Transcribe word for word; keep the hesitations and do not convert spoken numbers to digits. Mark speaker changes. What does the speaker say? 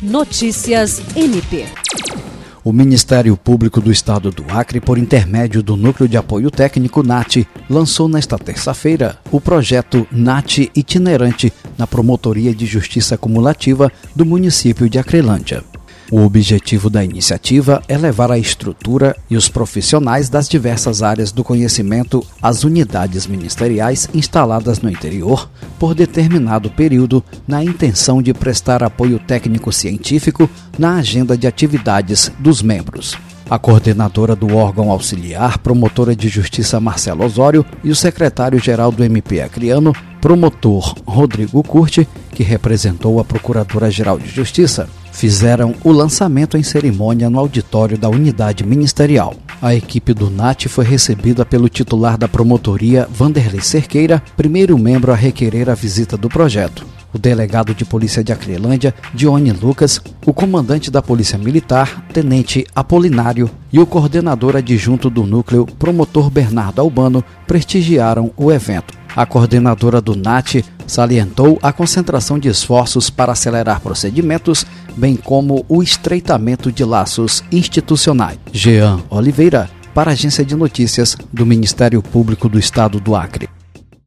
Speaker 1: Notícias M P.
Speaker 2: O Ministério Público do Estado do Acre, por intermédio do Núcleo de Apoio Técnico N A T, lançou nesta terça-feira o projeto N A T Itinerante na Promotoria de Justiça Cumulativa do município de Acrelândia. O objetivo da iniciativa é levar a estrutura e os profissionais das diversas áreas do conhecimento às unidades ministeriais instaladas no interior por determinado período, na intenção de prestar apoio técnico-científico na agenda de atividades dos membros. A coordenadora do órgão auxiliar, promotora de justiça Marcela Osório, e o secretário-geral do M P acreano, promotor Rodrigo Curti, que representou a Procuradora-Geral de Justiça, fizeram o lançamento em cerimônia no auditório da unidade ministerial. A equipe do N A T foi recebida pelo titular da promotoria, Vanderlei Cerqueira, primeiro membro a requerer a visita do projeto, o delegado de polícia de Acrelândia, Dione Lucas, o comandante da Polícia Militar, Tenente Apolinário, e o coordenador adjunto do núcleo, promotor Bernardo Albano, prestigiaram o evento. A coordenadora do N A T salientou a concentração de esforços para acelerar procedimentos, bem como o estreitamento de laços institucionais. Jean Oliveira, para a Agência de Notícias do Ministério Público do Estado do Acre.